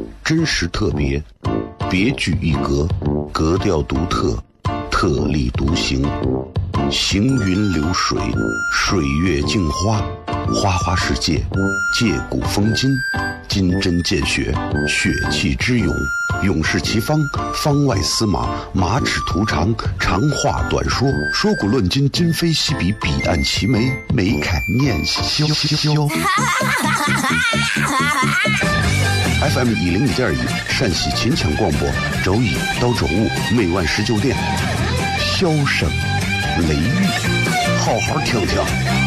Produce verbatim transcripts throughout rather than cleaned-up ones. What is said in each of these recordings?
真实特别，别具一格，格调独特，特立独行，行云流水，水月镜花，花花世界，借古风今，金针见血，血气之勇，勇士齐方，方外司马，马齿图长，长话短说，说古论今，今非昔比，彼岸齐眉，眉开念萧萧。F M 一零一点一陕西秦腔广播，周一到周五每晚十九点，萧声雷雨，好好听听。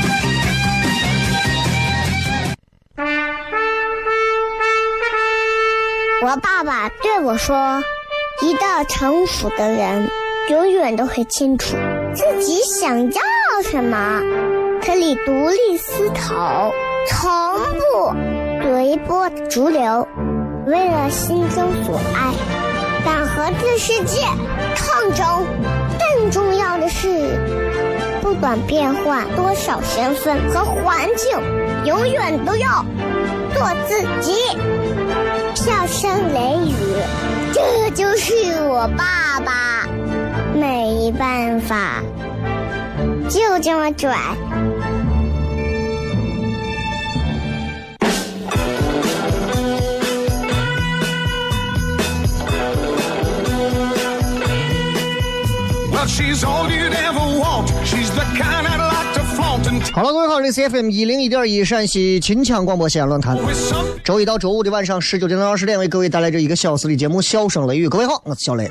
我爸爸对我说，一个成熟的人永远都会清楚自己想要什么，可以独立思考，从不随波逐流，为了心中所爱，敢和这世界抗争。更重要的是，不管变换多少身份和环境，永远都要做自己。笑声雷雨，这就是我爸爸，没办法，就这么拽。 好了，各位好，这是 F M 一零一点一陕西秦腔广播西安论坛，周一到周五的晚上十九点到二十点，为各位带来这一个小时的节目《笑声雷雨》。各位好，我是小雷。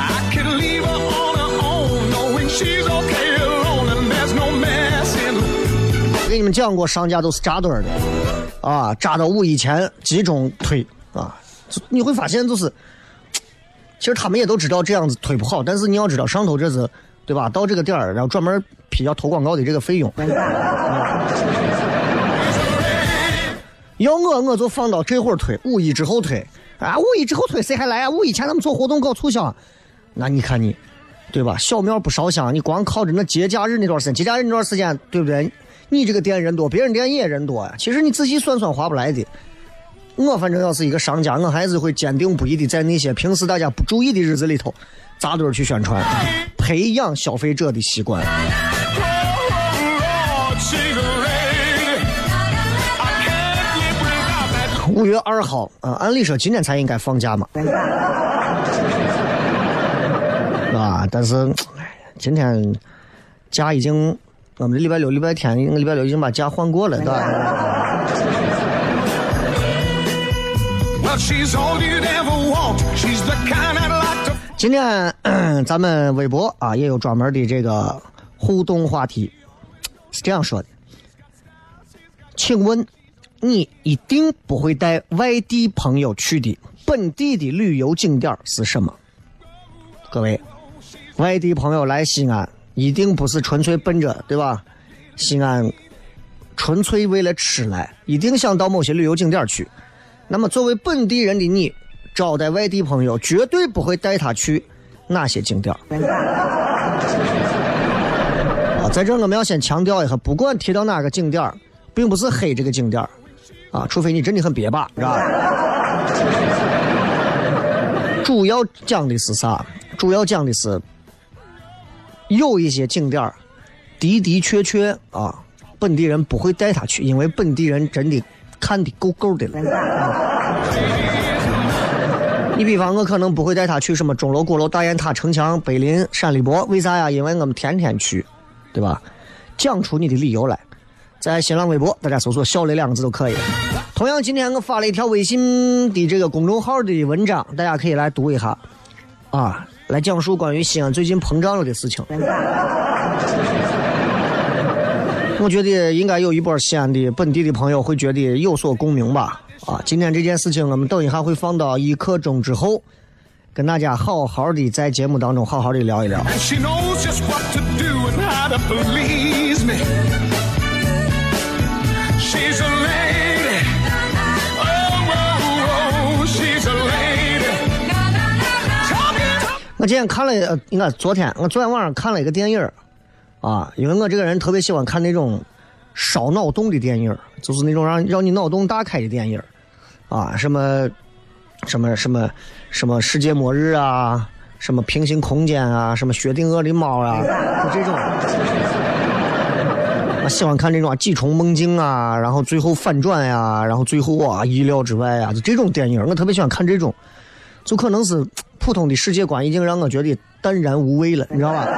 我给你们讲过，商家都是扎堆的啊，扎到五以前集中推啊，你会发现就是。其实他们也都知道这样子推不好，但是你要知道上头这是对吧？到这个点儿，然后专门批要投广告的这个费用，要我我就放到这会儿推，五一之后推啊，五一之后推谁还来啊？五一前他们做活动搞促销，那你看你对吧？小庙不烧香，你光靠着那节假日那段时间，节假日那段时间对不对？你这个店人多，别人店也人多呀。其实你仔细算算划不来的。我反正要是一个商家，我还是会坚定不移的在那些平时大家不注意的日子里头扎堆去宣传，培养消费者的习惯。五月二号啊，按理说今天才应该放假嘛，啊，但是今天假已经，我们这礼拜六、礼拜天、礼拜六已经把假换过了，对吧？今天咱们微博啊也有专门的这个互动话题，是这样说的：请问你一定不会带外地朋友去的本地的旅游景点是什么？各位，外地朋友来西安一定不是纯粹奔着对吧？西安纯粹为了吃来，一定想到某些旅游景点去。那么作为本地人的你，招待外地朋友绝对不会带他去哪些景点啊？在这我们要先强调一下，不管提到哪个景点，并不是黑这个景点啊，除非你真的很别吧，是吧？主要讲的是啥？主要讲的是有一些景点的的确确啊，本地人不会带他去，因为本地人真的看的够够的了。你比方我可能不会带他去什么钟楼、鼓楼、大雁塔、城墙、碑林、山里博，为啥呀？因为我们天天去，对吧？讲出你的理由来，在新浪微博大家搜索小雷两个字都可以了。同样今天我发了一条微信的这个公众号的文章，大家可以来读一下啊，来讲述关于西安最近膨胀了的事情。我觉得应该有一波西安的本地的朋友会觉得有所共鸣吧。啊，今天这件事情我们等一下会放到一刻钟之后，跟大家好好的在节目当中好好的聊一聊。我今天看了，应该昨天，我昨天晚上看了一个电影啊，因为我这个人特别喜欢看那种烧脑洞的电影，就是那种让让你脑洞大开的电影啊，什么什么什么什么世界末日啊，什么平行空间啊，什么薛定谔的猫啊，就这种。我喜欢看这种几重梦境啊，然后最后反转呀，然后最后啊意料之外啊，就这种电影我特别喜欢看这种。就可能是普通的世界观已经让我觉得淡然无味了，你知道吧？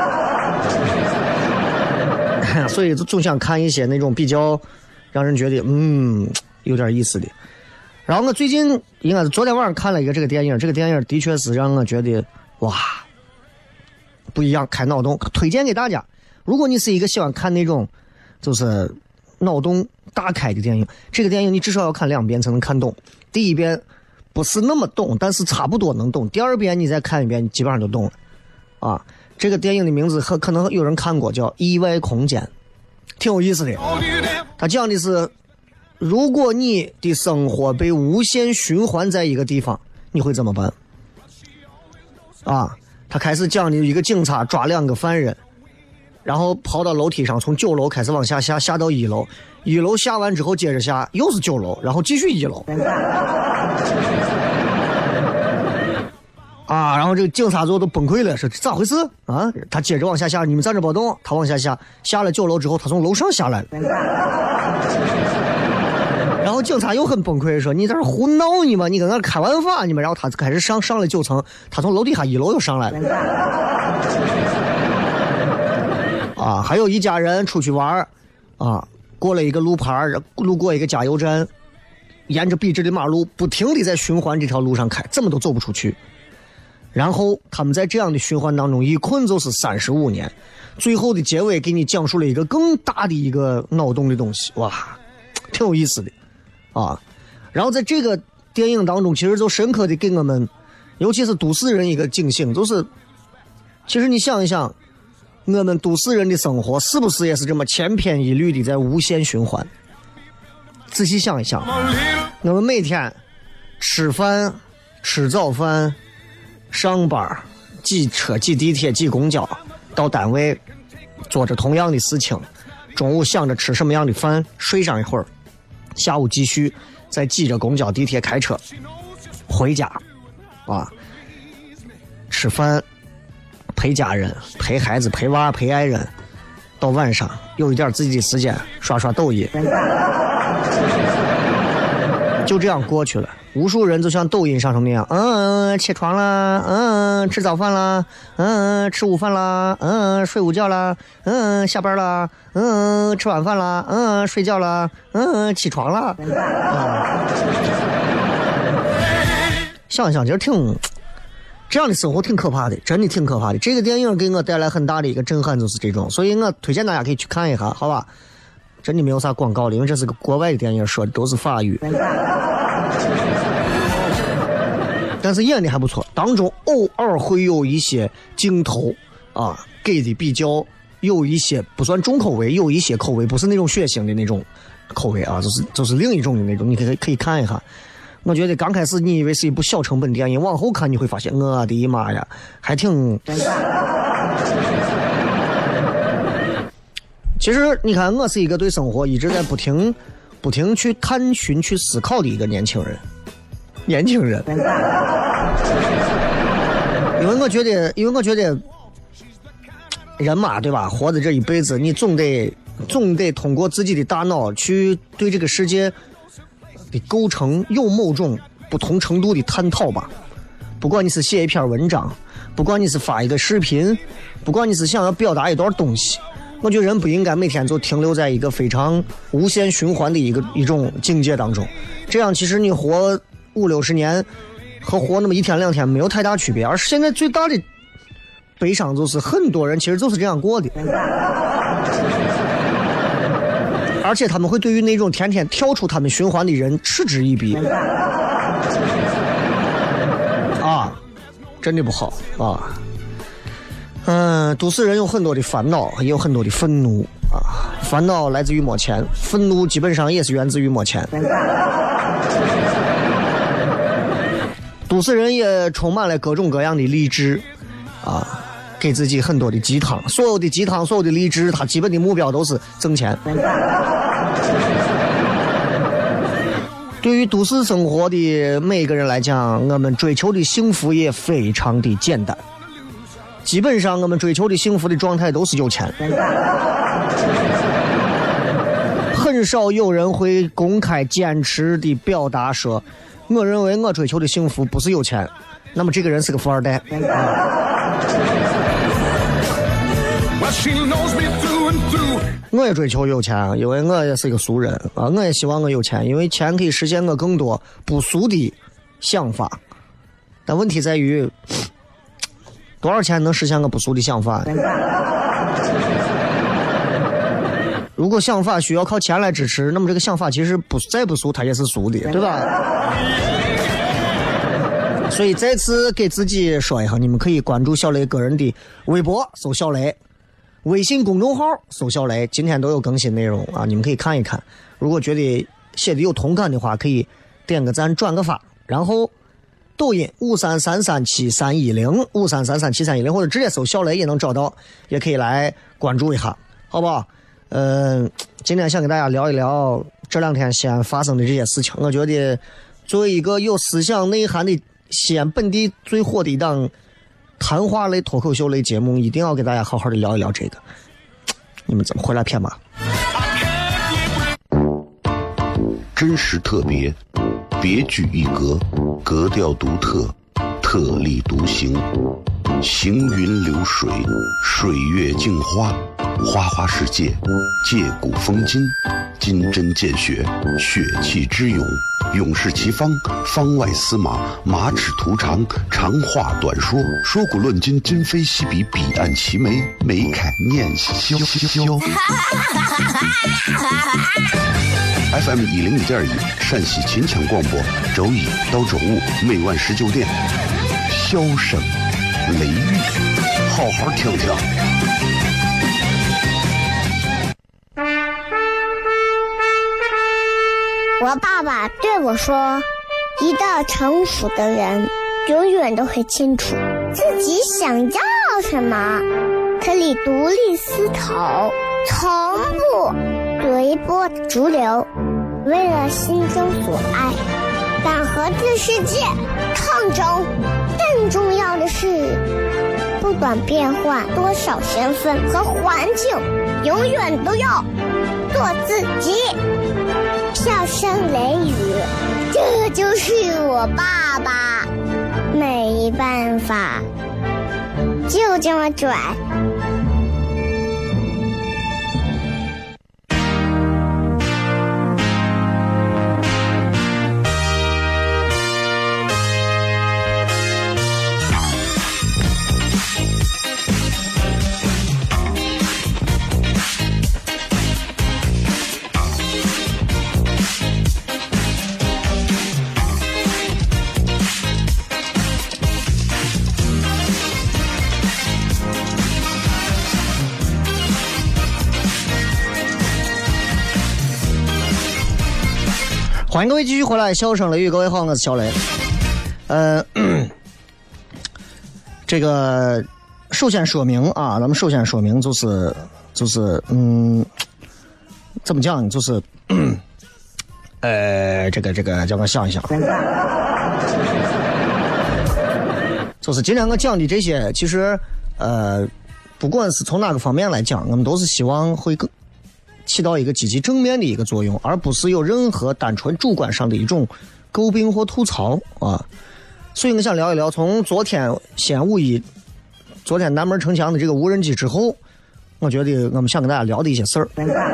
所以就总想看一些那种比较让人觉得嗯有点意思的。然后我最近应该是昨天晚上看了一个这个电影，这个电影的确是让我觉得哇不一样，开脑洞，推荐给大家。如果你是一个喜欢看那种就是脑洞大开的电影，这个电影你至少要看两遍才能看懂。第一遍不是那么懂，但是差不多能懂。第二遍你再看一遍，你基本上就懂了。啊，这个电影的名字可可能有人看过，叫《意外空间》，挺有意思的。它讲的是，如果你的生活被无限循环在一个地方，你会怎么办？啊，他开始讲的一个警察抓两个犯人，然后跑到楼梯上，从九楼开始往下下，下到一楼，一楼下完之后接着下，又是九楼，然后继续一楼。啊，然后这个警察最后都崩溃了，说咋回事啊？他接着往下下，你们站着别动，他往下下，下了九楼之后，他从楼上下来了。然后警察又很崩溃，说你在这胡闹你吗？你跟那开玩笑你们？然后他开始上上了九层，他从楼底下一楼又上来了。啊，还有一家人出去玩，啊，过了一个路牌，路过一个加油站，沿着笔直的马路不停地在循环这条路上开，怎么都走不出去。然后他们在这样的循环当中一困就是三十五年，最后的结尾给你讲述了一个更大的一个脑洞的东西，哇，挺有意思的啊。然后在这个电影当中，其实就深刻的给我们，尤其是都市人一个警醒，就是其实你想一想，我们都市人的生活是不是也是这么千篇一律的在无限循环？仔细想一想，我们每天吃饭、吃早饭、上班、挤车、挤地铁、挤公交，到单位做着同样的事情，中午想着吃什么样的饭，睡上一会儿，下午继续再挤着公交、地铁开车回家，啊，吃饭。陪家人、陪孩子、陪娃、陪爱人，到晚上有一点自己的时间刷刷抖音，就这样过去了。无数人就像抖音上头那样，嗯，起床啦，嗯，吃早饭啦，嗯，吃午饭啦，嗯，睡午觉啦，嗯，下班啦，嗯，吃晚饭啦，嗯，睡觉啦，嗯，起床啦。嗯、想想其实挺。这样的生活挺可怕的，真的挺可怕的。这个电影给我带来很大的一个震撼，就是这种，所以我推荐大家可以去看一下，好吧？真的没有啥广告的，因为这是个国外的电影，说的都是法语，但是演的还不错。当中偶尔会有一些镜头啊，给的比较有一些不算重口味，有一些口味不是那种血腥的那种口味啊，就是就是另一种的那种，你可以可以看一下。我觉得刚开始你以为是一部小成本电影，往后看你会发现，我的妈呀，还挺……其实你看，我是一个对生活一直在不停、不停去探寻、去思考的一个年轻人。年轻人，因为我觉得，因为我觉得，人嘛，对吧？活的这一辈子，你总得总得通过自己的大脑去对这个世界的构成有某种不同程度的探讨吧。不管你是写一篇文章，不管你是发一个视频，不管你是想要表达一段东西，我觉得人不应该每天就停留在一个非常无限循环的一个一种境界当中。这样其实你活五六十年和活那么一天两天没有太大区别。而现在最大的悲伤就是很多人其实就是这样过的，而且他们会对于那种天天跳出他们循环的人嗤之以鼻啊，真的不好啊。嗯，都市人有很多的烦恼，也有很多的愤怒啊。烦恼来自于没钱，愤怒基本上也是源自于没钱。都市人也充满了各种各样的励志啊，给自己很多的鸡汤，所有的鸡汤，所有的励志，它基本的目标都是挣钱。 对于都市生活的每一个人来讲，我们追求的幸福也非常的简单。基本上我们追求的幸福的状态都是有钱。很少有人会公开坚持的表达说，我认为我追求的幸福不是有钱，那么这个人是个富二代。我也追求有钱，因为我也是一个俗人啊，我也希望我有钱，因为钱可以实现我更多不俗的想法。但问题在于，多少钱能实现我不俗的想法？如果想法需要靠钱来支持，那么这个想法其实不再不俗，它也是俗的，对吧？所以再次给自己说一下，你们可以关注小雷个人的微博，搜小雷。微信公众号搜小雷，今天都有更新内容啊，你们可以看一看。如果觉得写的有同感的话，可以点个赞转个发。然后抖音五三三三七三一零五三三三七三一零，或者直接搜小雷也能找到，也可以来关注一下，好不好？嗯、呃，今天想跟大家聊一聊这两天西安发生的这些事情。我觉得作为一个有思想内涵的西安本地最火的一档谈话类脱口秀类节目，一定要给大家好好的聊一聊这个。你们怎么回来骗吗？ 真实特别，别具一格，格调独特，特立独行，行云流水，水月镜花，花花世界，借古风今，金针见血，血气之勇，勇士齐方，方外司马，马齿图长，长话短说，说古论今，今非昔比，彼岸齐眉，眉开念萧萧。F M 一零一点一，陕西秦腔广播，周一到周五每晚十九点，箫声雷雨，好好听听。 我爸爸对我说，一个成熟的人永远都会清楚自己想要什么，可以独立思考，从不随波逐流，为了心中所爱，敢和这世界抗争。更重要的是，不管变换多少身份和环境，永远都要做自己。笑声雷雨，这就是我爸爸，没办法，就这么拽。 欢迎各位继续回来，笑声雷雨，各位好，我是小雷。呃，这个首先说明啊，咱们首先说明就是就是嗯，怎么讲？就是呃，这个这个叫我想一想，就是今天我讲的这些，其实呃，不管是从哪个方面来讲，我们都是希望会更起到一个积极正面的一个作用，而不是有任何单纯主观上的一种诟病或吐槽啊。所以我想聊一聊，从昨天西安五一，昨天南门城墙的这个无人机之后，我觉得我们想跟大家聊的一些事儿。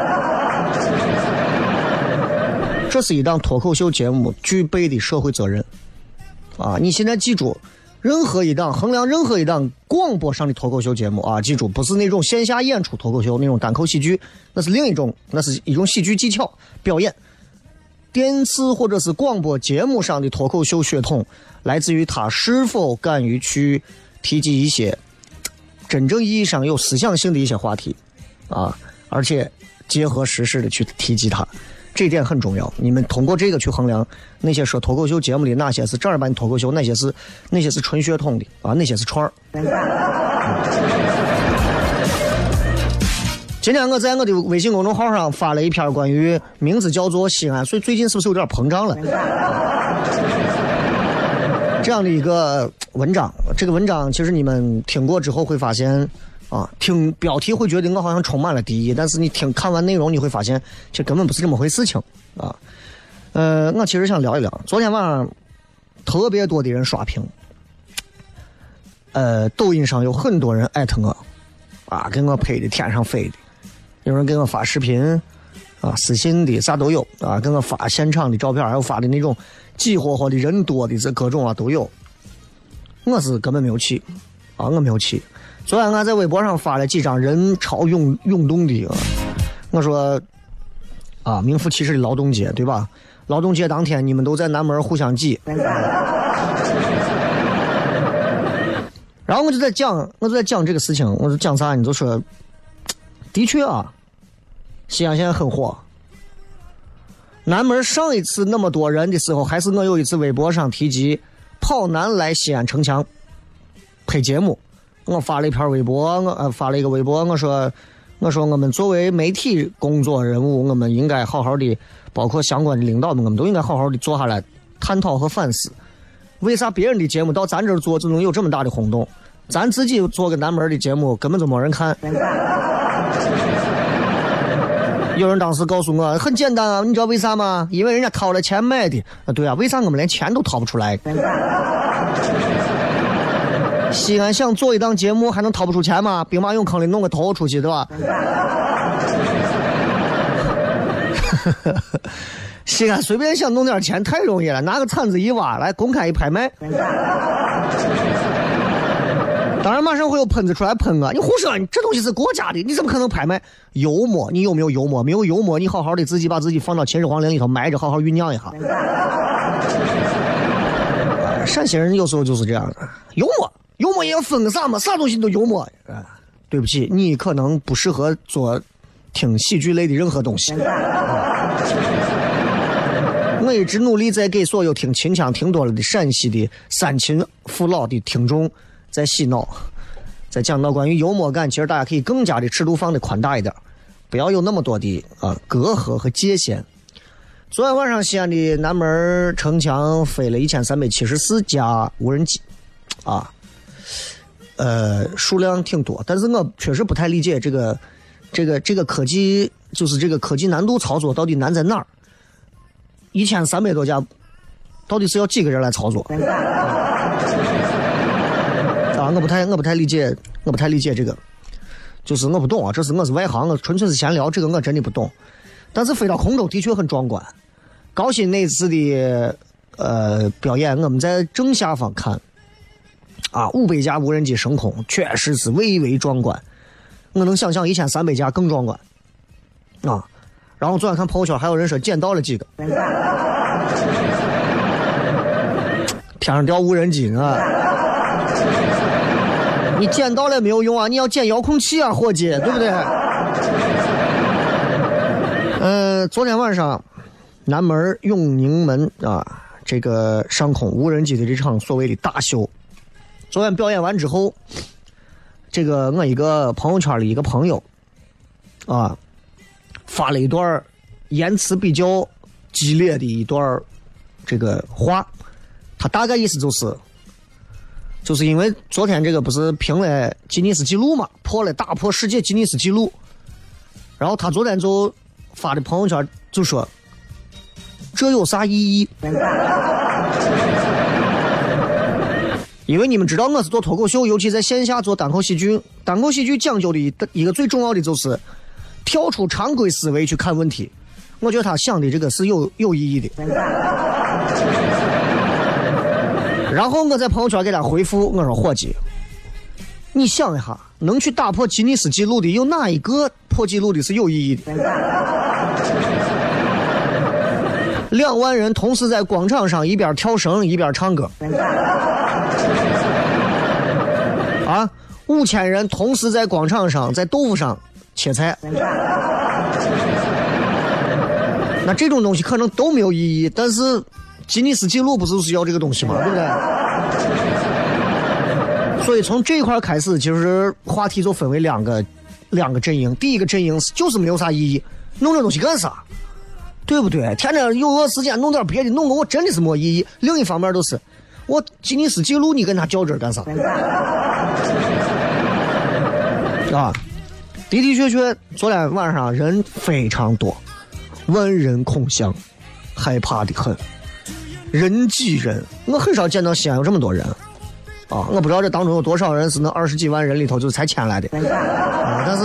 这是一档脱口秀节目具备的社会责任啊！你现在记住，任何一档衡量任何一档广播上的脱口秀节目啊，记住不是那种线下演出脱口秀那种单口喜剧，那是另一种，那是一种喜剧技巧表演。电视或者是广播节目上的脱口秀血统，来自于他是否敢于去提及一些真正意义上有思想性的一些话题啊，而且结合时事的去提及它。这一点很重要，你们通过这个去衡量那些说脱口秀节目里哪些是正儿八经脱口秀，哪些是那些是纯血统的啊，那些是串儿。 今天我在我的微信公众号上发了一篇关于名字叫做西安，所以最近是不是有点膨胀了？这样的一个文章，这个文章其实你们听过之后会发现，啊，听标题会觉得我好像充满了敌意，但是你听看完内容你会发现，这根本不是这么回事情啊。呃，我其实想聊一聊，昨天晚上特别多的人刷屏，呃，抖音上有很多人艾特我，啊，给我拍的天上飞的。有人给我发视频啊，私信的啥都有啊，给我发现场的照片，还有发的那种挤活活的人多的这各种啊都有。我是根本没有去啊，我没有去。昨天我在微博上发了几张人潮涌涌动的、啊，我说啊，名副其实的劳动节，对吧？劳动节当天你们都在南门互相挤。然后我就在讲，我就在讲这个事情，我就讲啥？你就说。的确啊，西安现在很火。南门上一次那么多人的时候，还是我有一次微博上提及跑男来西安城墙拍节目，我发了一篇微博，我呃发了一个微博，我说我说我们作为媒体工作人物，我们应该好好的，包括相关的领导们，我们都应该好好的坐下来探讨和反思，为啥别人的节目到咱这儿做就能有这么大的轰动，咱自己做个南门的节目根本就没人看。有人当时告诉我很简单啊，你知道为啥吗？因为人家掏了钱买的啊。对啊，为啥我们连钱都掏不出来？西安想做一档节目还能掏不出钱吗？兵马俑坑里弄个头出去，对吧？西安随便想弄点钱太容易了，拿个铲子一挖来公开一拍卖。当然马上会有喷子出来喷啊！你胡说，你这东西是国家的，你怎么可能拍卖？幽默，你有没有幽默？没有幽默，你好好的自己把自己放到秦始皇陵里头埋着，好好酝酿一下。陕西人有时候就是这样的，幽默，幽默也要分个啥嘛？啥东西都幽默。啊，对不起，你可能不适合做听喜剧类的任何东西。我一直努力在给所有听秦腔听多了的陕西的三秦父老的听众。在洗脑，在讲到关于幽默感，其实大家可以更加的尺度放的宽大一点，不要有那么多的啊隔阂和界限。昨天晚上西安的南门城墙飞了一千三百七十四架无人机，啊，呃，数量挺多，但是我确实不太理解这个这个这个科技，就是这个科技难度操作到底难在哪儿？一千三百多架，到底是要几个人来操作？啊，我不太我不太理解，我不太理解这个，就是我不懂啊，这是我是外行，我纯粹是闲聊，这个我真的不懂。但是飞到空中的确很壮观。高鑫那次的呃表演，我们在正下方看，啊，五百架无人机升空，确实是蔚为壮观。我能想象一千三百架更壮观啊。然后昨天看朋友圈，还有人说捡到了几个，天上掉无人机呢。你捡到了没有用啊，你要捡遥控器啊，伙计，对不对？呃，昨天晚上南门永宁门啊，这个上空无人机的这场所谓的大秀，昨天表演完之后，这个我一个朋友圈里一个朋友啊，发了一段言辞比较激烈的一段这个话，他大概意思就是就是因为昨天这个不是评了吉尼斯纪录嘛，破了打破世界吉尼斯纪录，然后他昨天就发的朋友圈就说这有啥意义？因为你们知道我是做脱口秀，尤其在线下做单口喜剧，单口喜剧讲究的一个最重要的就是跳出常规思维去看问题，我觉得他想的这个是有有意义的。然后我在朋友圈给他回复，我说伙计，你想一下，能去打破吉尼斯纪录的有哪一个破纪录的是有意义的？两万人同时在广场上一边跳绳一边唱歌，啊，五千人同时在广场上在豆腐上切菜，那这种东西可能都没有意义，但是吉尼斯纪录不是要这个东西吗？对不对？所以从这一块开始，其实话题就分为两个两个阵营，第一个阵营就是没有啥意义，弄这东西干啥？对不对？天天有个时间弄点别的，弄个我真的是没意义。另一方面都是，我吉尼斯纪录你跟他较真干啥？啊，的的确确，昨天晚上人非常多，万人空巷，害怕的很，人挤人。我很少见到西安有这么多人啊！我不知道这当中有多少人是那二十几万人里头就才迁来的，啊、但是。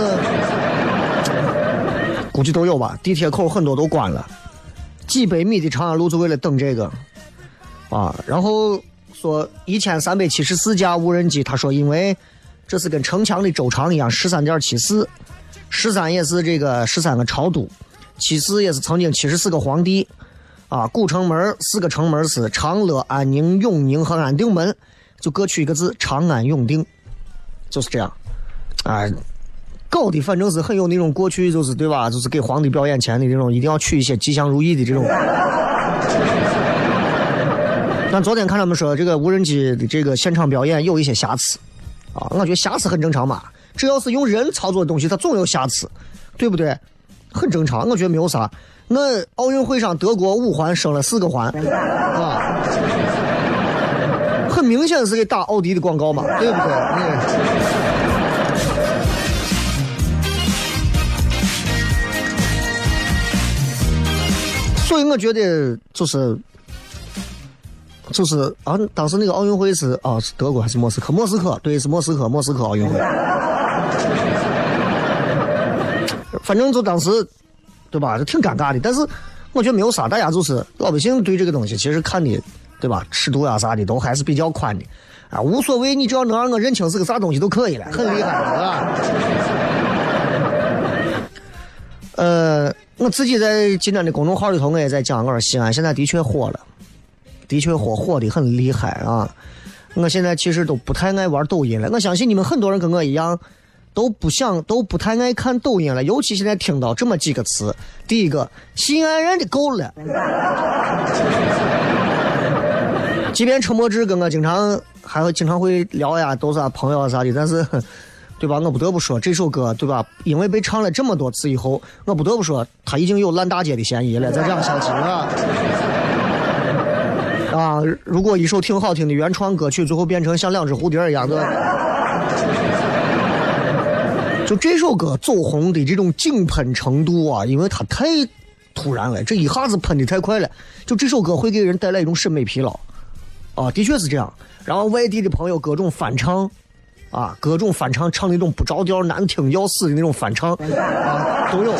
估计都有吧，地铁口很多都关了，几百米的长安路就为了等这个啊。然后说一千三百七十四架无人机，他说因为这是跟城墙的周长一样，十三点七四，十三也是这个十三个朝都，七四也是曾经七十四个皇帝啊。古城门四个城门是长乐、安宁、永宁和安定门，就各取一个字，长安永定，就是这样啊。搞的反正是很有那种过去就是对吧，就是给皇帝表演前的这种一定要取一些吉祥如意的这种。但昨天看他们说这个无人机的这个现场表演有一些瑕疵啊，我觉得瑕疵很正常嘛，只要是用人操作的东西它总有瑕疵，对不对？很正常，我觉得没有啥。那奥运会上德国五环升了四个环啊，很明显是给打奥迪的广告嘛，对不对？嗯。所以我觉得就是就是啊，当时那个奥运会是啊是德国还是莫斯科？莫斯科，对，是莫斯科，莫斯科奥运会。反正就当时对吧，就挺尴尬的。但是我觉得没有啥，大家就是老百姓对这个东西其实看的对吧，尺度呀啥的都还是比较宽的啊，无所谓，你只要能让我认清是个啥东西都可以了，很厉害啊。呃。我自己在今天的公众号里头，我也在讲，我说西安现在的确火了，的确火，火的很厉害啊！我现在其实都不太爱玩抖音了，我相信你们很多人跟我一样，都不想，都不太爱看抖音了。尤其现在听到这么几个词，第一个，西安人的够了。即便陈柏芝跟我经常还会经常会聊呀，都是啊朋友啊啥的，但是。对吧？我不得不说这首歌，对吧？因为被唱了这么多次以后，我不得不说，他已经有烂大街的嫌疑了。再这样下去啊，啊！如果一首挺好听的原创歌曲，最后变成像两只蝴蝶一样的，就这首歌走红的这种井喷程度啊，因为它太突然了，这一下子喷的太快了，就这首歌会给人带来一种审美疲劳，啊，的确是这样。然后外地的朋友各种翻唱。啊，各种翻唱，唱那种不着调、难听要死的那种翻唱啊，都有。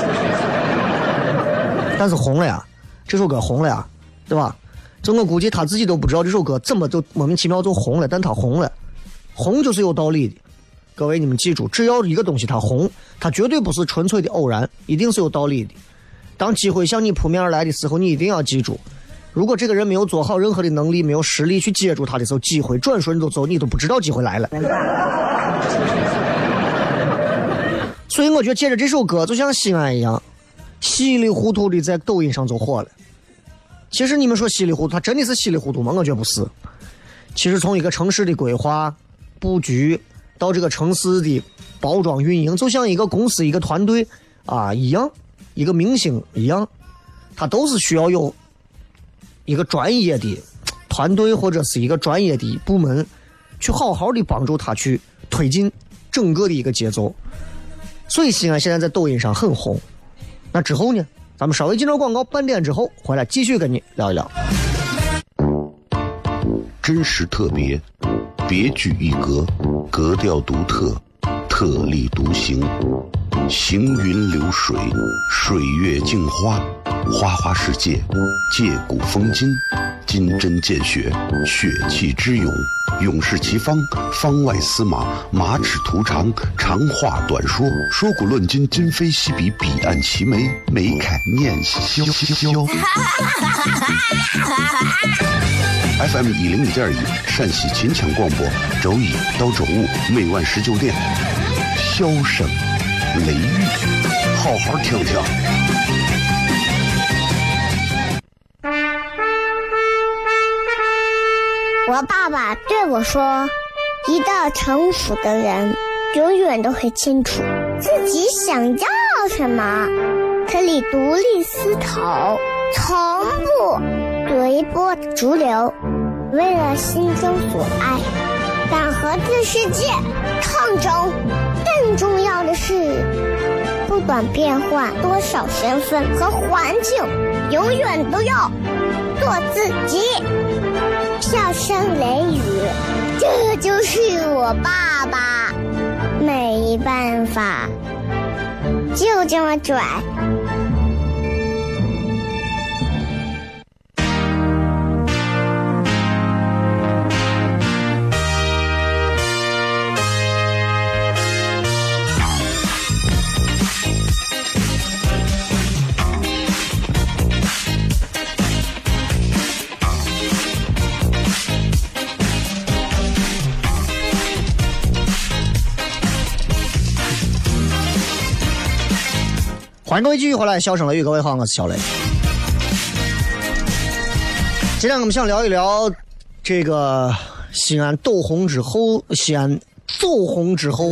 但是红了呀，这首歌红了呀，对吧？就我估计他自己都不知道这首歌怎么就莫名其妙就红了，但他红了，红就是有道理的。各位你们记住，只要一个东西它红，它绝对不是纯粹的偶然，一定是有道理的。当机会向你扑面而来的时候，你一定要记住。如果这个人没有做好任何的能力，没有实力去接住他的时候，机会转瞬就走，你都不知道机会来了。所以我觉得借着这首歌，就像西安一样，稀里糊涂的在抖音上就火了。其实你们说稀里糊涂，它真的是稀里糊涂吗？我觉得不是。其实从一个城市的规划布局到这个城市的包装运营，就像一个公司一个团队啊一样，一个明星一样，它都是需要有一个专业的团队或者是一个专业的部门去好好的帮助他去推进整个的一个节奏。所以西安现在在抖音上很红。那之后呢，咱们稍微进入广告，半点之后回来继续跟你聊一聊。 真实特别，别具一格，格调独特，特立独行，行云流水，水月镜花，花花世界，借古风今，金针见血，血气之勇，勇士齐方，方外司马，马齿图长，长话短说，说古论今，今非昔比，彼岸齐眉，眉开眼笑。F M 一零一点一，陕西秦腔广播，周一到周五每晚十九点，箫声雷雨，好好听听。 我爸爸对我说，一个成熟的人永远都会清楚自己想要什么，可以独立思考，从不随波逐流，为了心中所爱，敢和这世界抗争。更重要的是，不管变换多少身份和环境，永远都要做自己。笑声雷雨，这就是我爸爸，没办法，就这么拽。 欢迎各位继续回来，笑声雷雨，各位好，我是小雷。今天我们想聊一聊这个西安斗红之后，西安走红之后。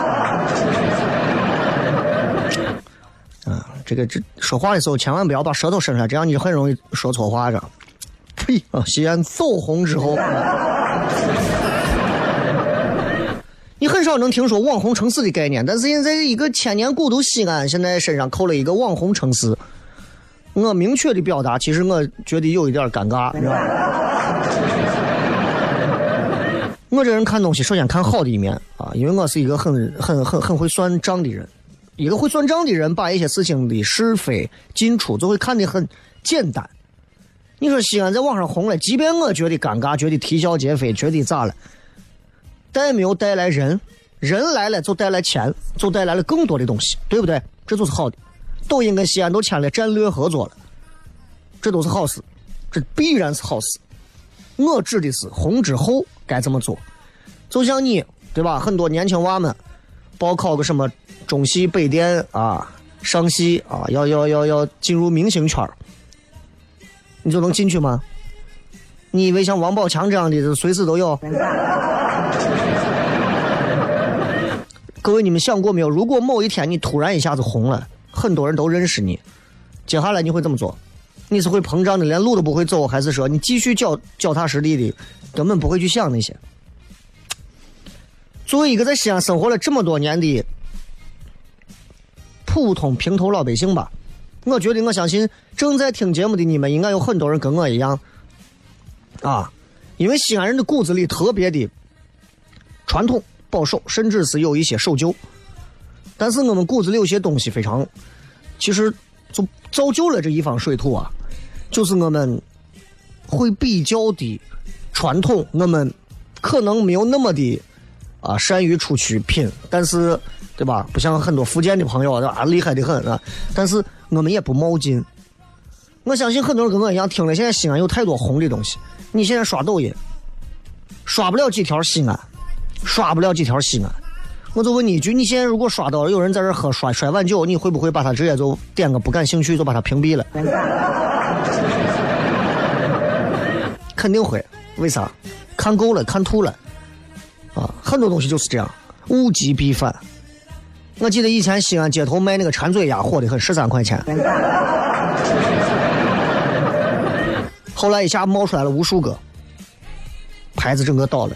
啊，这个这说话的时候千万不要把舌头伸出来，这样你就很容易说错话着。呸！啊，西安走红之后。你很少能听说网红城市的概念，但是现在一个千年古都西安现在身上扣了一个网红城市，我明确的表达，其实我觉得有一点尴尬，你知道吗？我这人看东西首先看好的一面啊，因为我是一个很很很很会算账的人，一个会算账的人把一些事情的是非进出就会看得很简单。你说西安在网上红了，即便我觉得尴尬，觉得啼笑皆非，觉得咋了，带没有带来人，人来了就带来钱，就带来了更多的东西，对不对？这就是好的。抖音跟西安都签了战略合作了，这都是好事，这必然是好事。我指的是红之后该怎么做。就像你对吧，很多年轻娃们报考个什么中戏北电啊，上戏啊，要要要要进入明星圈，你就能进去吗？你以为像王宝强这样的随时都有？各位，你们想过没有？如果某一天你突然一下子红了，很多人都认识你，接下来你会怎么做？你是会膨胀的连路都不会走，还是说你继续脚脚踏实地的，根本不会去想那些？作为一个在西安生活了这么多年的普通平头老百姓吧，我觉得我相信正在听节目的你们应该有很多人跟我一样啊，因为西安人的骨子里特别的传统保守，甚至是有一些守旧，但是我们骨子里有些东西非常，其实就造就了这一方水土啊，就是我们会比较的传统，我们可能没有那么的啊善于出去拼，但是对吧？不像很多福建的朋友啊厉害的很啊，但是我们也不冒进。我相信很多人跟我一样听了，现在西安有太多红的东西，你现在刷抖音，刷不了几条西安。刷不了几条西安，我就问你一句：你现在如果刷到有人在这喝摔摔碗酒，你会不会把他直接就点个不感兴趣，就把他屏蔽了？肯定会，为啥？看够了，看吐了啊！很多东西就是这样，物极必反。我记得以前西安街头卖那个馋嘴鸭火的很，十三块钱，后来一下冒出来了无数个，牌子整个倒了。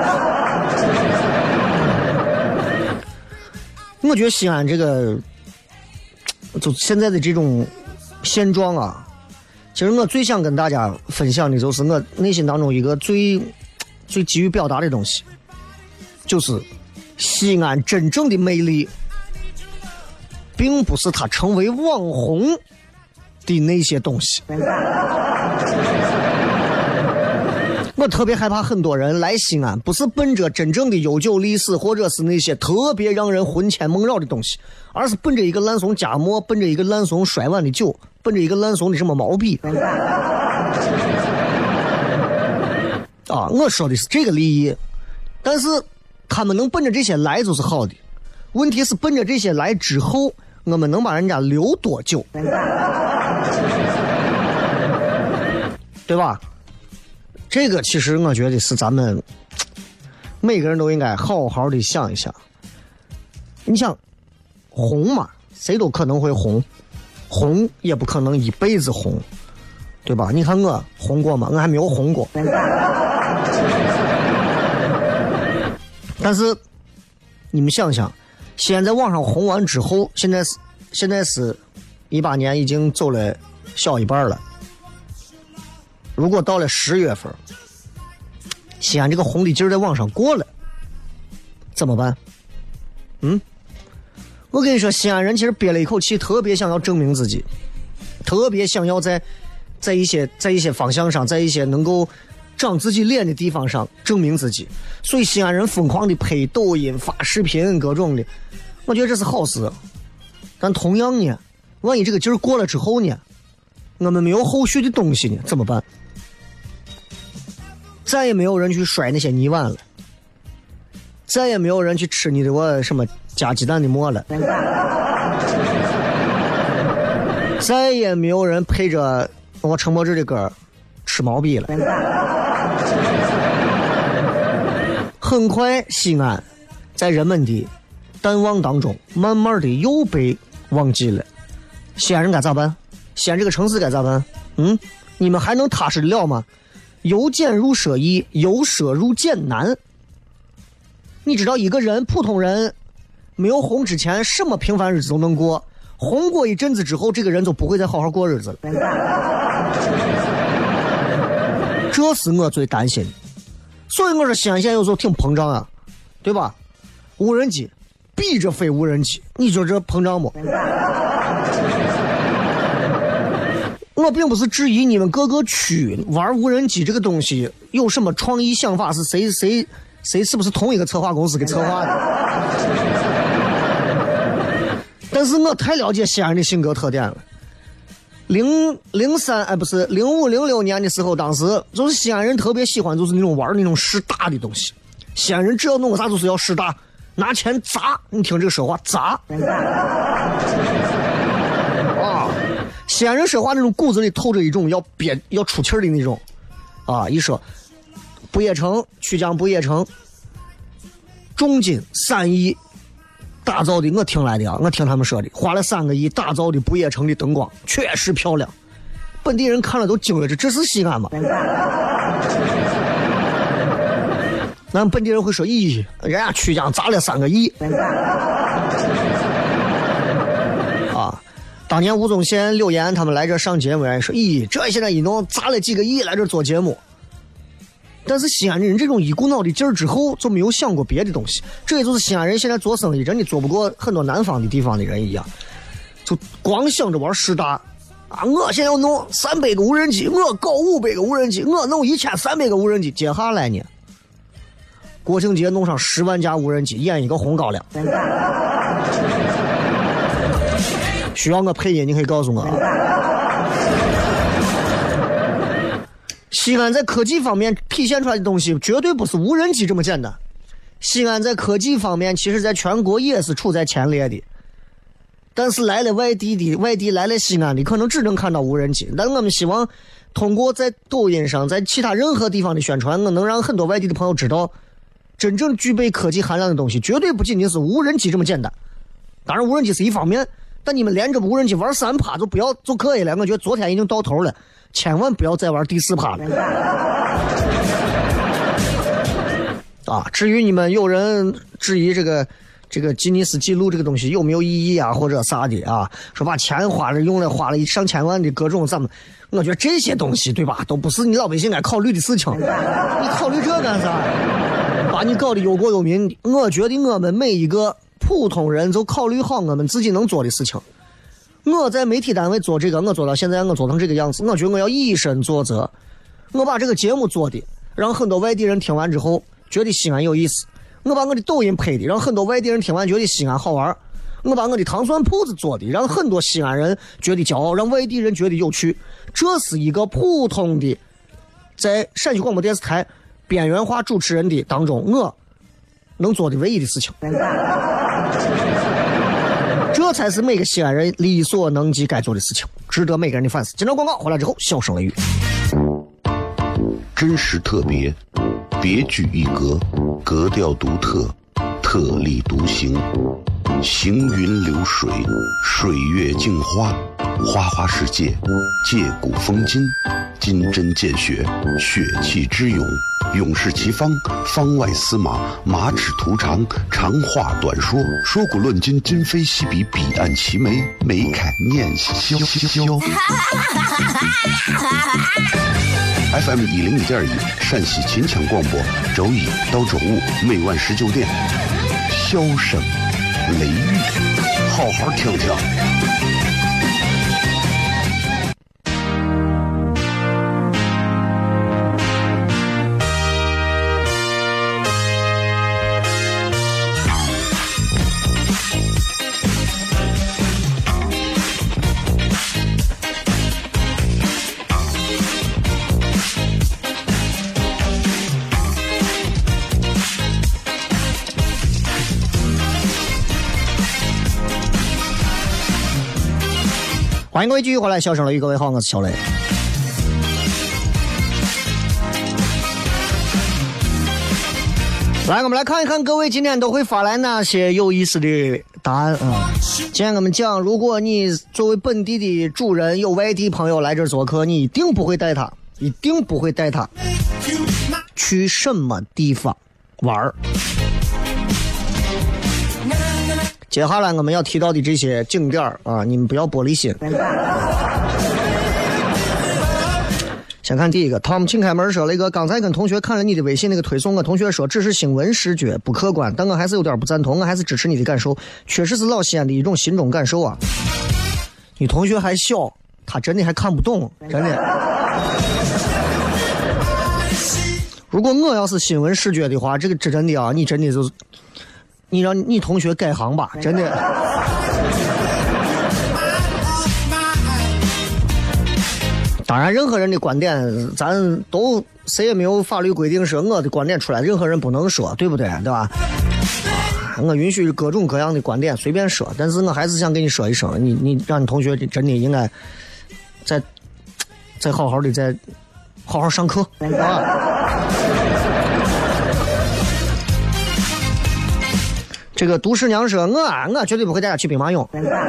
我觉得西安这个就现在的这种现状啊，其实我最想跟大家分享的就是我内心当中一个最最急于表达的东西，就是西安真正的魅力并不是它成为网红的那些东西。我特别害怕很多人来西安不是奔着真正的悠久历史或者是那些特别让人魂牵梦绕的东西，而是奔着一个烂怂夹馍，奔着一个烂怂摔碗的酒，奔着一个烂怂的什么毛笔啊！我说的是这个利益，但是他们能奔着这些来就是好的，问题是奔着这些来之后我们能把人家留多久，对吧？这个其实我觉得是咱们每个人都应该好好的想一想。你想红嘛，谁都可能会红，红也不可能一辈子红，对吧？你看我红过吗？我还没有红过。但是你们想想，现在网上红完之后，现在是现在是一八年已经走了小一半了。如果到了十月份，西安这个红的劲儿在网上过了，怎么办？嗯，我跟你说，西安人其实憋了一口气，特别想要证明自己，特别想要在在一些在一些方向上，在一些能够长自己脸的地方上证明自己，所以西安人疯狂的拍抖音、发视频，各种的，我觉得这是好事。但同样呢，万一这个劲儿过了之后呢，我们没有后续的东西呢，怎么办？再也没有人去摔那些泥碗了，再也没有人去吃你的我什么加鸡蛋的馍了，再也没有人配着我陈柏芝的歌吃毛笔了。很快西安在人们的淡忘当中慢慢的又被忘记了。西安人该咋办？西安这个城市该咋办？嗯，你们还能踏实得了吗？由俭入奢易，由奢入俭难。你知道一个人普通人没有红之前什么平凡日子都能过，红过一阵子之后，这个人就不会再好好过日子了。这是我最担心的。所以我说西安现在有时候挺膨胀啊，对吧？无人机逼着飞无人机，你说这膨胀不？我并不是质疑你们各个区玩无人机这个东西有什么创意想法，是谁谁谁是不是同一个策划公司给策划的？但是我太了解西安人的性格特点了。零零三哎不是零五零六年的时候，当时就是西安人特别喜欢就是那种玩那种势大的东西。西安人只要弄个啥就是要势大，拿钱砸，你听这个说话砸。啊，西安人说话那种骨子里透着一种要憋要出气的那种。啊，一说不夜城曲江不夜城，重金三亿。打造的，我听来的啊，我听他们说的，花了三个亿打造的不夜城的灯光确实漂亮，本地人看了都惊了，这这是西安吗？那本地人会说，咦，人家曲江砸了三个亿啊！当年吴宗宪、刘岩他们来这上节目，人家说，咦，这现在一弄砸了几个亿来这做节目。但是西安人这种一股脑的劲儿之后，就没有想过别的东西。这也就是西安人现在做生意真的做不过很多南方的地方的人一样，就光想着玩势大啊！我现在要弄三百个无人机，我搞五百个无人机，我弄一千三百个无人机，接下来呢？国庆节弄上十万架无人机，演一个红高粱。需要我配音，你可以告诉我。西安在科技方面体现出来的东西绝对不是无人机这么简单。西安在科技方面其实在全国也是处在前列的，但是来了外地的外地来了西安的可能只能看到无人机。但我们希望通过在抖音上在其他任何地方的宣传，我能让很多外地的朋友知道真正具备科技含量的东西绝对不仅仅是无人机这么简单。当然无人机是一方面，但你们连着无人机玩三趴就不要就可以了。我觉得昨天已经到头了，千万不要再玩第四趴了。啊，至于你们有人质疑这个这个吉尼斯纪录这个东西有没有意义啊，或者啥的啊，说把钱花了用了花了上千万的各种咱们，我觉得这些东西对吧，都不是你老百姓该考虑的事情。你考虑这干啥？把你搞得忧国忧民。我觉得我们每一个普通人就考虑好我们自己能做的事情。我在媒体单位做这个，我做到现在我做成这个样子，我觉得我要以身作则。我把这个节目做的让很多外地人听完之后觉得西安有意思，我把我的抖音拍的让很多外地人听完觉得西安好玩，我把我的糖蒜铺子做的让很多西安人觉得骄傲，让外地人觉得有趣。这是一个普通的在陕西广播电视台边缘化主持人的当中我能做的唯一的事情。这才是每个西安人力所能及该做的事情，值得每个人的反思。接着广告回来之后，笑声雷雨， 真实特别，别具一格，格调独特，特立独行， 行云流水，水月镜花，花花世界，借古风今，金针见血，血气之勇，勇士齐方，方外司马，马齿图长，长话短说，说古论今，今非昔比，彼岸齐眉，眉开念萧萧。F M 一零一点一，陕西秦腔广播，周一到周五每晚十九点，箫声雷雨，好好听听。 欢迎各位继续回来，笑声雷雨，各位好，我是小雷。来，我们来看一看各位今天都会发来哪些有意思的答案啊！今天我们讲，如果你作为本地的主人有外地朋友来这儿做客，你一定不会带他，一定不会带他去什么地方玩儿。接下来我们要提到的这些景点啊，你们不要玻璃心。先看第一个 Tom 请开门说了一个，刚才跟同学看了你的微信那个推送，我同学说只是新闻视觉不客观，但我还是有点不赞同，我还是支持你的感受，确实是老西安的一种心中感受啊。你同学还小，他真的还看不懂，真的。如果我要是新闻视觉的话，这个这真的啊，你真的就是你让你同学改行吧，真的。当然任何人的观点咱都谁也没有法律规定说我的观点出来任何人不能说，对不对，对吧？我允许各种各样的观点随便说，但是我还是想跟你说一声，你你让你同学真的应该再再好好的再好好上课啊。这个都市娘说我我绝对不会带他去兵马俑。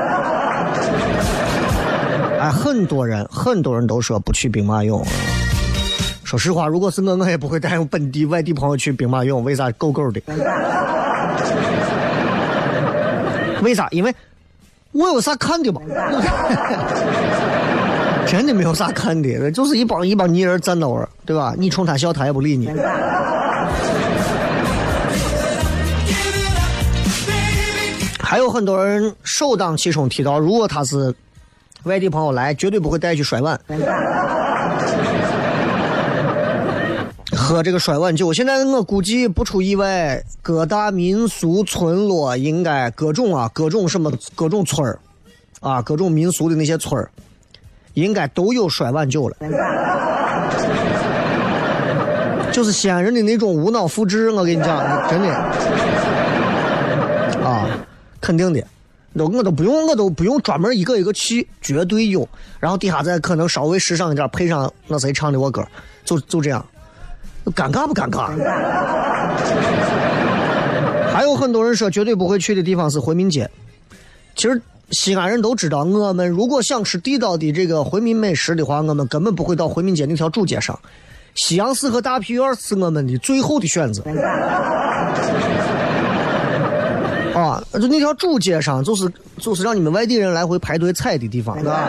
哎，很多人很多人都说不去兵马俑。说实话，如果是我，我也不会带本地外地朋友去兵马俑。为啥？够够的。为啥？因为我有啥看的吧？真的没有啥看的，就是一帮一帮泥人站那儿，对吧？你冲他笑，他也不理你。还有很多人首当其冲提到，如果他是外地朋友来，绝对不会带去甩碗，喝这个甩碗酒。现在我估计不出意外，各大民俗村落应该各种啊各种什么各种村儿啊各种民俗的那些村儿，应该都有甩碗酒了。就是西安人的那种无脑复制，我跟你讲，真的啊。肯定的，都我都不用，我都不用专门一个一个去，绝对有。然后底下再可能稍微时尚一点，配上那谁唱的我歌，就就这样，尴尬不尴尬？还有很多人说绝对不会去的地方是回民街。其实西安人都知道，我们如果想吃地道的这个回民美食的话，我们根本不会到回民街那条主街上。西洋市和大皮院是我们的最后的选择。啊，就那条主街上，就是就是让你们外地人来回排队踩的地方，对吧？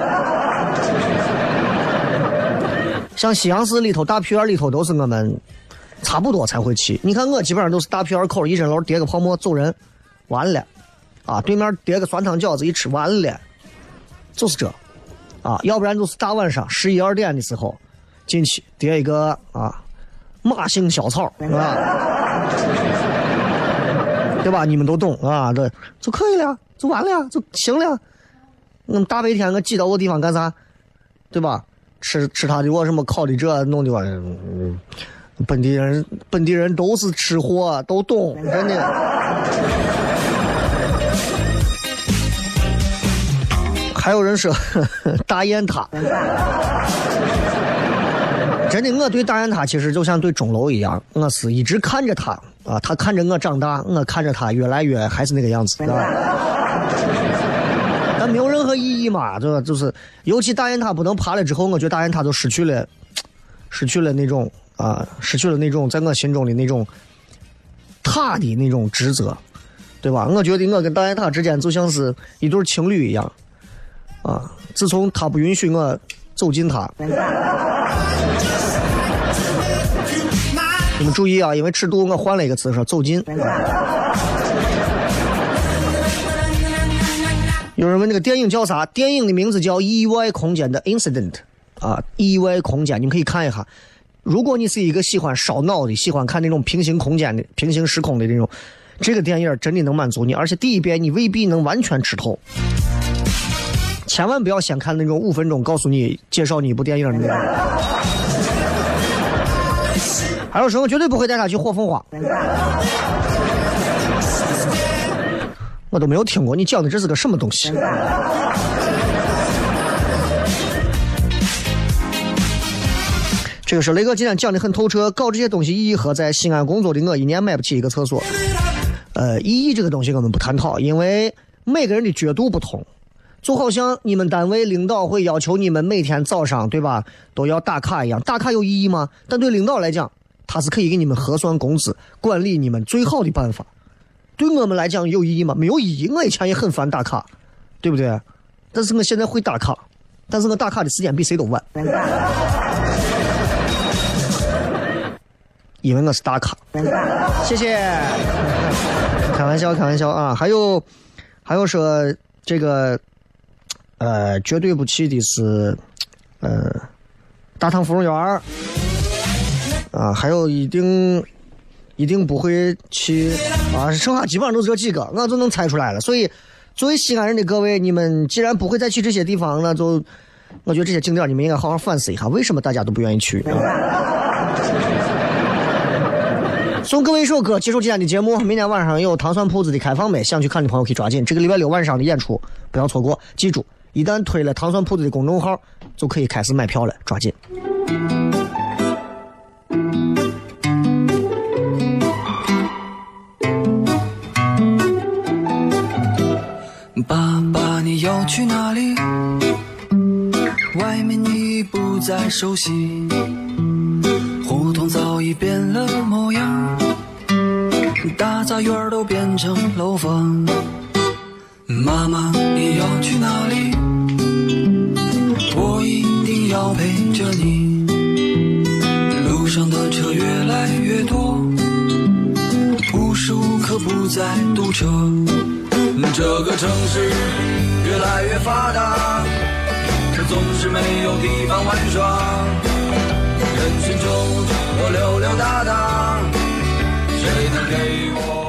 像西洋市里头、大皮院里头都是我们差不多才会去。你看我基本上都是大皮院口一针楼叠个泡沫走人，完了，啊，对面叠个酸汤饺子一吃完了，就是这，啊，要不然就是大晚上十一二点的时候进去叠一个啊马姓小草，啊。对吧？你们都懂啊，这就可以了，就完了，就行了。那么大白天我挤到我地方干啥？对吧？吃吃他的我什么烤的这弄的我，嗯，本地人本地人都是吃货，都懂，真的。还有人说呵呵大雁塔，真的，我对大雁塔其实就像对钟楼一样，我是一直看着它啊，他看着我长大，我看着他越来越还是那个样子，对吧？但没有任何意义嘛，对吧？就是尤其大雁塔不能爬了之后，我觉得大雁塔就失去了，失去了那种啊，失去了那种在我心中的那种塔的那种职责，对吧？我觉得我跟大雁塔之间就像是一对情侣一样，啊，自从他不允许我走进他。你们注意啊，因为尺度我换了一个词说走进。有人问这个电影叫啥？电影的名字叫《意外空间的 Incident》啊，意外空间，你们可以看一下。如果你是一个喜欢烧脑的，喜欢看那种平行空间的、平行时空的这种，这个电影真的能满足你，而且第一遍你未必能完全吃透。千万不要先看那种五分钟告诉你介绍你一部电影的那种。还有什么绝对不会带他去火凤凰？我都没有听过，你讲的这是个什么东西？这个是雷哥今天讲的很透彻，搞这些东西意义何在？西安工作的我一年买不起一个厕所。呃，意义这个东西我们不探讨，因为每个人的角度不同。就好像你们单位领导会要求你们每天早上，对吧，都要打卡一样，打卡有意义吗？但对领导来讲，他是可以给你们核算工资、管理你们最好的办法。对我们来讲有意义吗？没有意义。我以前也很烦打卡，对不对？但是我现在会打卡，但是我打卡的时间比谁都晚，因为我是打卡。谢谢。开玩笑，开玩笑啊！还有，还有说这个，呃，绝对不去的是，呃，大唐芙蓉园啊，还有一定。一定不会去啊！剩下基本上都是这几个，我就能猜出来了。所以，作为西安人的各位，你们既然不会再去这些地方，那就我觉得这些景点你们应该好好反思一下，为什么大家都不愿意去。啊、送各位一首歌，结束今天的节目。明天晚上有糖蒜铺子的开放没？想去看的朋友可以抓紧，这个礼拜六晚上的演出不要错过。记住，一旦推了糖蒜铺子的公众号，就可以开始买票了，抓紧。 爸爸，你要去哪里？外面已不再熟悉，胡同早已变了模样，大杂院都变成楼房。妈妈，你要去哪里？我一定要陪着你。路上的车越来越多，无时无刻不在堵车。这个城市越来越发达，可总是没有地方玩耍。人群中我溜溜达达，谁能给我